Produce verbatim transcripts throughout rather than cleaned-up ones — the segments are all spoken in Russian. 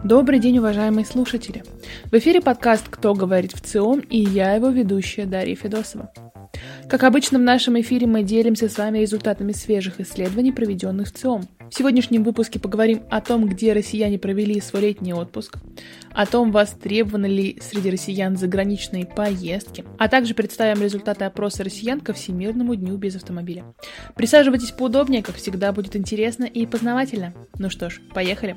Добрый день, уважаемые слушатели! В эфире подкаст «Кто говорит в ЦИОМ» и я, его ведущая Дарья Федосова. Как обычно, в нашем эфире мы делимся с вами результатами свежих исследований, проведенных в ЦИОМ. В сегодняшнем выпуске поговорим о том, где россияне провели свой летний отпуск, о том, востребованы ли среди россиян заграничные поездки, а также представим результаты опроса россиян ко Всемирному дню без автомобиля. Присаживайтесь поудобнее, как всегда будет интересно и познавательно. Ну что ж, поехали!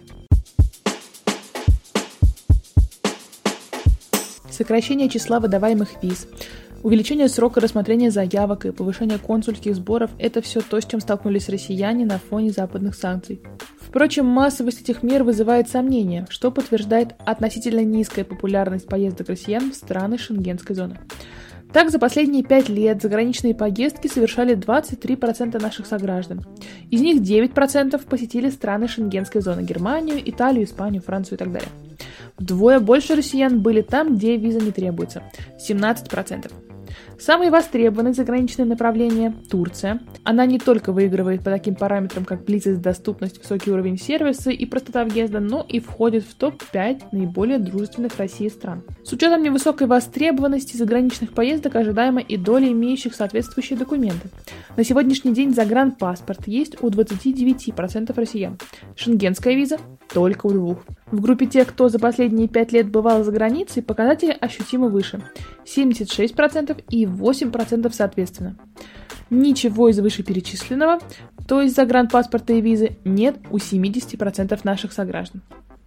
Сокращение числа выдаваемых виз, увеличение срока рассмотрения заявок и повышение консульских сборов – это все то, с чем столкнулись россияне на фоне западных санкций. Впрочем, массовость этих мер вызывает сомнения, что подтверждает относительно низкая популярность поездок россиян в страны Шенгенской зоны. Так, за последние пять лет заграничные поездки совершали двадцать три процента наших сограждан. Из них девять процентов посетили страны Шенгенской зоны – Германию, Италию, Испанию, Францию и так далее. Вдвое больше россиян были там, где виза не требуется – семнадцать процентов. Самые востребованные заграничные направления – Турция. Она не только выигрывает по таким параметрам, как близость, доступность, высокий уровень сервиса и простота въезда, но и входит в топ пять наиболее дружественных России стран. С учетом невысокой востребованности заграничных поездок ожидаема и доля имеющих соответствующие документы. На сегодняшний день загранпаспорт есть у двадцати девяти процентов россиян. Шенгенская виза – только у двух процентов. В группе тех, кто за последние пять лет бывал за границей, показатели ощутимо выше – семьдесят шесть процентов и восемь процентов соответственно. Ничего из вышеперечисленного, то есть загранпаспорта и визы, нет у семидесяти процентов наших сограждан.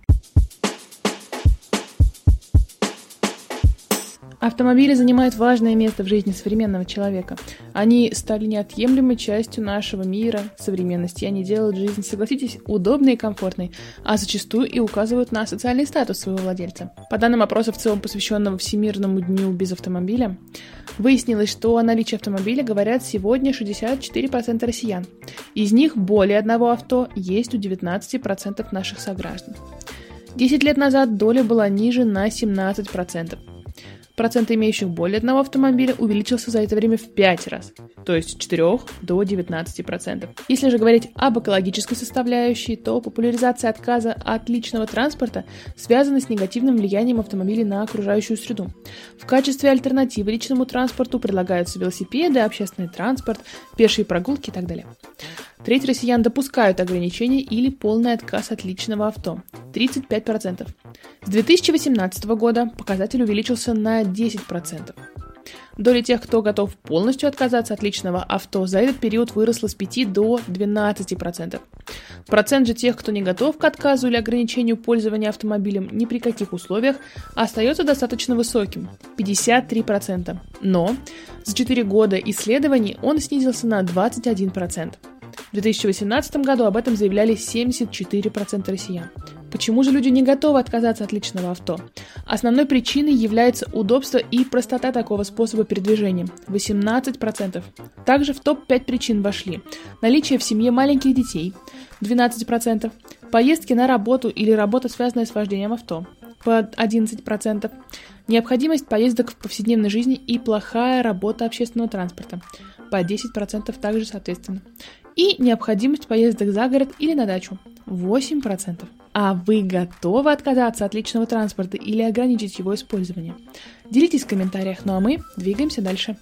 Автомобили занимают важное место в жизни современного человека. Они стали неотъемлемой частью нашего мира, современности. Они делают жизнь, согласитесь, удобной и комфортной, а зачастую и указывают на социальный статус своего владельца. По данным опроса в ЦИОМ, посвященного Всемирному дню без автомобиля, выяснилось, что о наличии автомобиля говорят сегодня шестьдесят четыре процента россиян. Из них более одного авто есть у девятнадцати процентов наших сограждан. десять лет назад доля была ниже на семнадцать процентов. Процент имеющих более одного автомобиля увеличился за это время в пять раз, то есть с четырёх до девятнадцати процентов. Если же говорить об экологической составляющей, то популяризация отказа от личного транспорта связана с негативным влиянием автомобилей на окружающую среду. В качестве альтернативы личному транспорту предлагаются велосипеды, общественный транспорт, пешие прогулки и так далее. Треть россиян допускают ограничения или полный отказ от личного авто – тридцать пять процентов. С две тысячи восемнадцатого года показатель увеличился на десять процентов. Доля тех, кто готов полностью отказаться от личного авто, за этот период выросла с пяти до двенадцати процентов. Процент же тех, кто не готов к отказу или ограничению пользования автомобилем ни при каких условиях, остается достаточно высоким – пятьдесят три процента. Но за четыре года исследований он снизился на двадцать один процент. В две тысячи восемнадцатом году об этом заявляли семьдесят четыре процента россиян. Почему же люди не готовы отказаться от личного авто? Основной причиной является удобство и простота такого способа передвижения – восемнадцать процентов. Также в топ пять причин вошли наличие в семье маленьких детей – двенадцать процентов, поездки на работу или работа, связанная с вождением авто – по одиннадцать процентов, необходимость поездок в повседневной жизни и плохая работа общественного транспорта – по десять процентов также соответственно. И необходимость поездок за город или на дачу – восемь процентов. А вы готовы отказаться от личного транспорта или ограничить его использование? Делитесь в комментариях, ну а мы двигаемся дальше.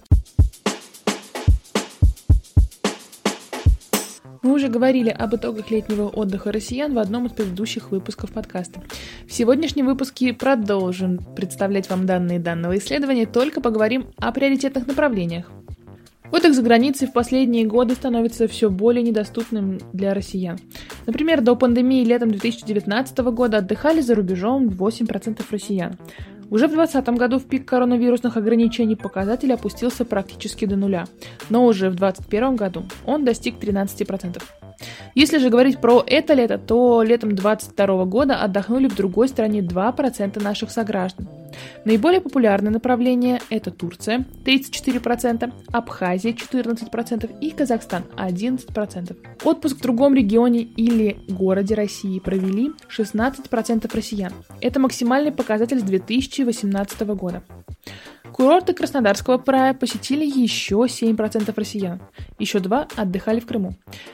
Мы уже говорили об итогах летнего отдыха россиян в одном из предыдущих выпусков подкаста. В сегодняшнем выпуске продолжим представлять вам данные данного исследования, только поговорим о приоритетных направлениях. Отдых за границей в последние годы становится все более недоступным для россиян. Например, до пандемии летом две тысячи девятнадцатого года отдыхали за рубежом восемь процентов россиян. Уже в две тысячи двадцатом году в пик коронавирусных ограничений показатель опустился практически до нуля, но уже в две тысячи двадцать первом году он достиг тринадцати процентов. Если же говорить про это лето, то летом две тысячи двадцать второго года отдохнули в другой стране два процента наших сограждан. Наиболее популярные направления – это Турция – тридцать четыре процента, Абхазия – четырнадцать процентов и Казахстан – одиннадцать процентов. Отпуск в другом регионе или городе России провели шестнадцать процентов россиян. Это максимальный показатель с две тысячи восемнадцатого года. Курорты Краснодарского края посетили еще семь процентов россиян. Еще два отдыхали в Крыму.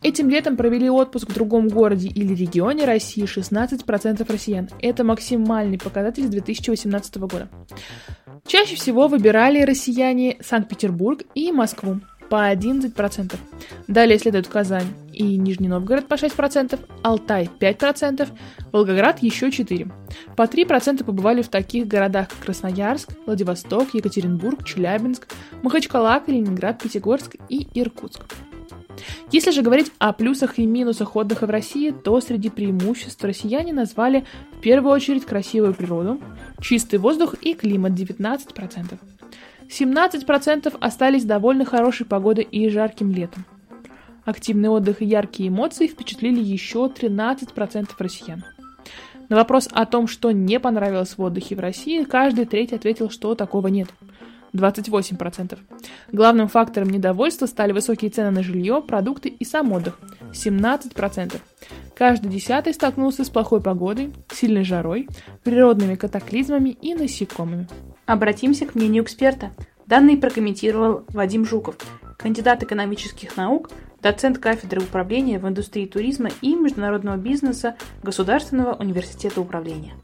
Этим летом провели отпуск в другом городе или регионе России шестнадцать процентов россиян. Это максимальный показатель с две тысячи восемнадцатого года. Чаще всего выбирали россияне Санкт-Петербург и Москву по одиннадцать процентов. Далее следует Казань и Нижний Новгород по шесть процентов, Алтай пять процентов, Волгоград еще четыре процента. По три процента побывали в таких городах, как Красноярск, Владивосток, Екатеринбург, Челябинск, Махачкала, Калининград, Пятигорск и Иркутск. Если же говорить о плюсах и минусах отдыха в России, то среди преимуществ россияне назвали в первую очередь красивую природу, чистый воздух и климат девятнадцать процентов. семнадцать процентов остались довольны хорошей погодой и жарким летом. Активный отдых и яркие эмоции впечатлили еще тринадцать процентов россиян. На вопрос о том, что не понравилось в отдыхе в России, каждый третий ответил, что такого нет. двадцать восемь процентов. Главным фактором недовольства стали высокие цены на жилье, продукты и сам отдых – семнадцать процентов. Каждый десятый столкнулся с плохой погодой, сильной жарой, природными катаклизмами и насекомыми. Обратимся к мнению эксперта. Данные прокомментировал Вадим Жуков, кандидат экономических наук, доцент кафедры управления в индустрии туризма и международного бизнеса Государственного университета управления.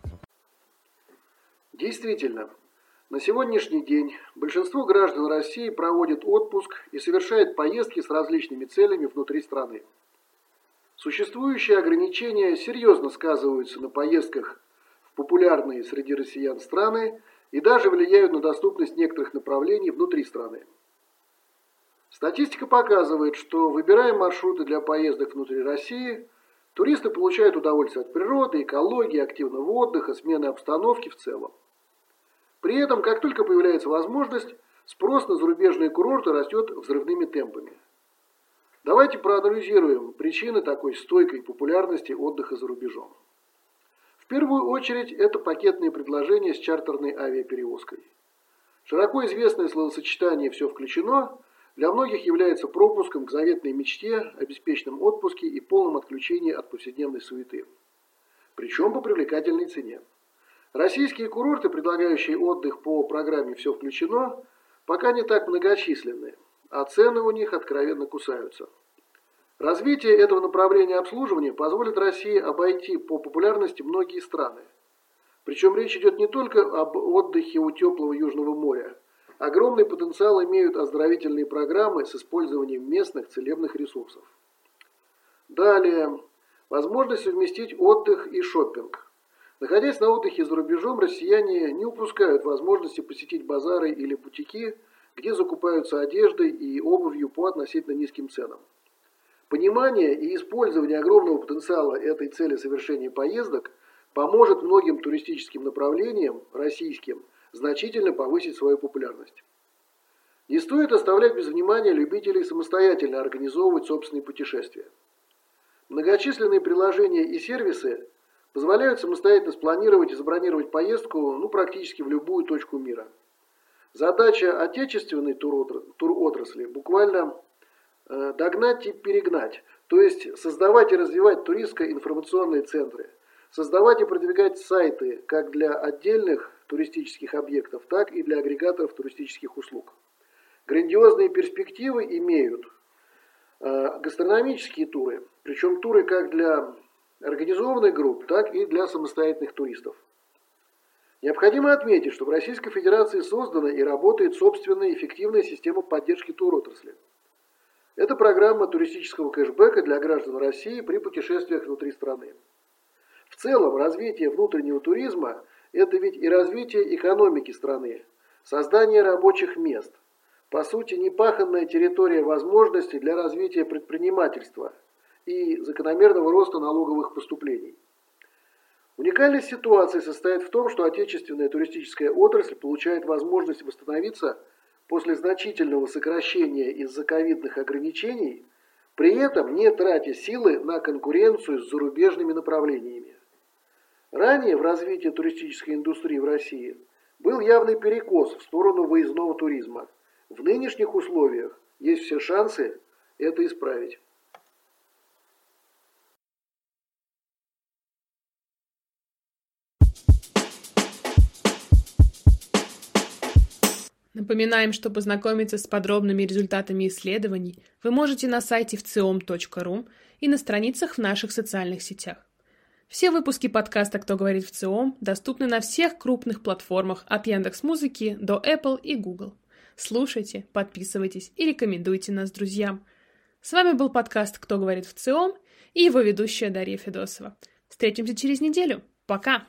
Действительно, на сегодняшний день большинство граждан России проводит отпуск и совершает поездки с различными целями внутри страны. Существующие ограничения серьезно сказываются на поездках в популярные среди россиян страны и даже влияют на доступность некоторых направлений внутри страны. Статистика показывает, что, выбирая маршруты для поездок внутри России, туристы получают удовольствие от природы, экологии, активного отдыха, смены обстановки в целом. При этом, как только появляется возможность, спрос на зарубежные курорты растет взрывными темпами. Давайте проанализируем причины такой стойкой популярности отдыха за рубежом. В первую очередь, это пакетные предложения с чартерной авиаперевозкой. Широко известное словосочетание «все включено» для многих является пропуском к заветной мечте о беспечном отпуске и полном отключении от повседневной суеты. Причем по привлекательной цене. Российские курорты, предлагающие отдых по программе «Все включено», пока не так многочисленны, а цены у них откровенно кусаются. Развитие этого направления обслуживания позволит России обойти по популярности многие страны. Причем речь идет не только об отдыхе у теплого Южного моря. Огромный потенциал имеют оздоровительные программы с использованием местных целебных ресурсов. Далее, возможность совместить отдых и шопинг. Находясь на отдыхе за рубежом, россияне не упускают возможности посетить базары или бутики, где закупаются одеждой и обувью по относительно низким ценам. Понимание и использование огромного потенциала этой цели совершения поездок поможет многим туристическим направлениям, российским, значительно повысить свою популярность. Не стоит оставлять без внимания любителей самостоятельно организовывать собственные путешествия. Многочисленные приложения и сервисы позволяют самостоятельно спланировать и забронировать поездку ну, практически в любую точку мира. Задача отечественной туротрасли буквально э, догнать и перегнать, то есть создавать и развивать туристско-информационные центры, создавать и продвигать сайты как для отдельных туристических объектов, так и для агрегаторов туристических услуг. Грандиозные перспективы имеют э, гастрономические туры, причем туры как для организованных групп, так и для самостоятельных туристов. Необходимо отметить, что в Российской Федерации создана и работает собственная эффективная система поддержки туротрасли. Это программа туристического кэшбэка для граждан России при путешествиях внутри страны. В целом, развитие внутреннего туризма – это ведь и развитие экономики страны, создание рабочих мест, по сути, непаханная территория возможностей для развития предпринимательства и закономерного роста налоговых поступлений. Уникальность ситуации состоит в том, что отечественная туристическая отрасль получает возможность восстановиться после значительного сокращения из-за ковидных ограничений, при этом не тратя силы на конкуренцию с зарубежными направлениями. Ранее в развитии туристической индустрии в России был явный перекос в сторону выездного туризма. В нынешних условиях есть все шансы это исправить. Напоминаем, что познакомиться с подробными результатами исследований вы можете на сайте эф ци о эм точка ру и на страницах в наших социальных сетях. Все выпуски подкаста «Кто говорит в ЦИОМ» доступны на всех крупных платформах от Яндекс.Музыки до Apple и Google. Слушайте, подписывайтесь и рекомендуйте нас друзьям. С вами был подкаст «Кто говорит в ЦИОМ» и его ведущая Дарья Федосова. Встретимся через неделю. Пока!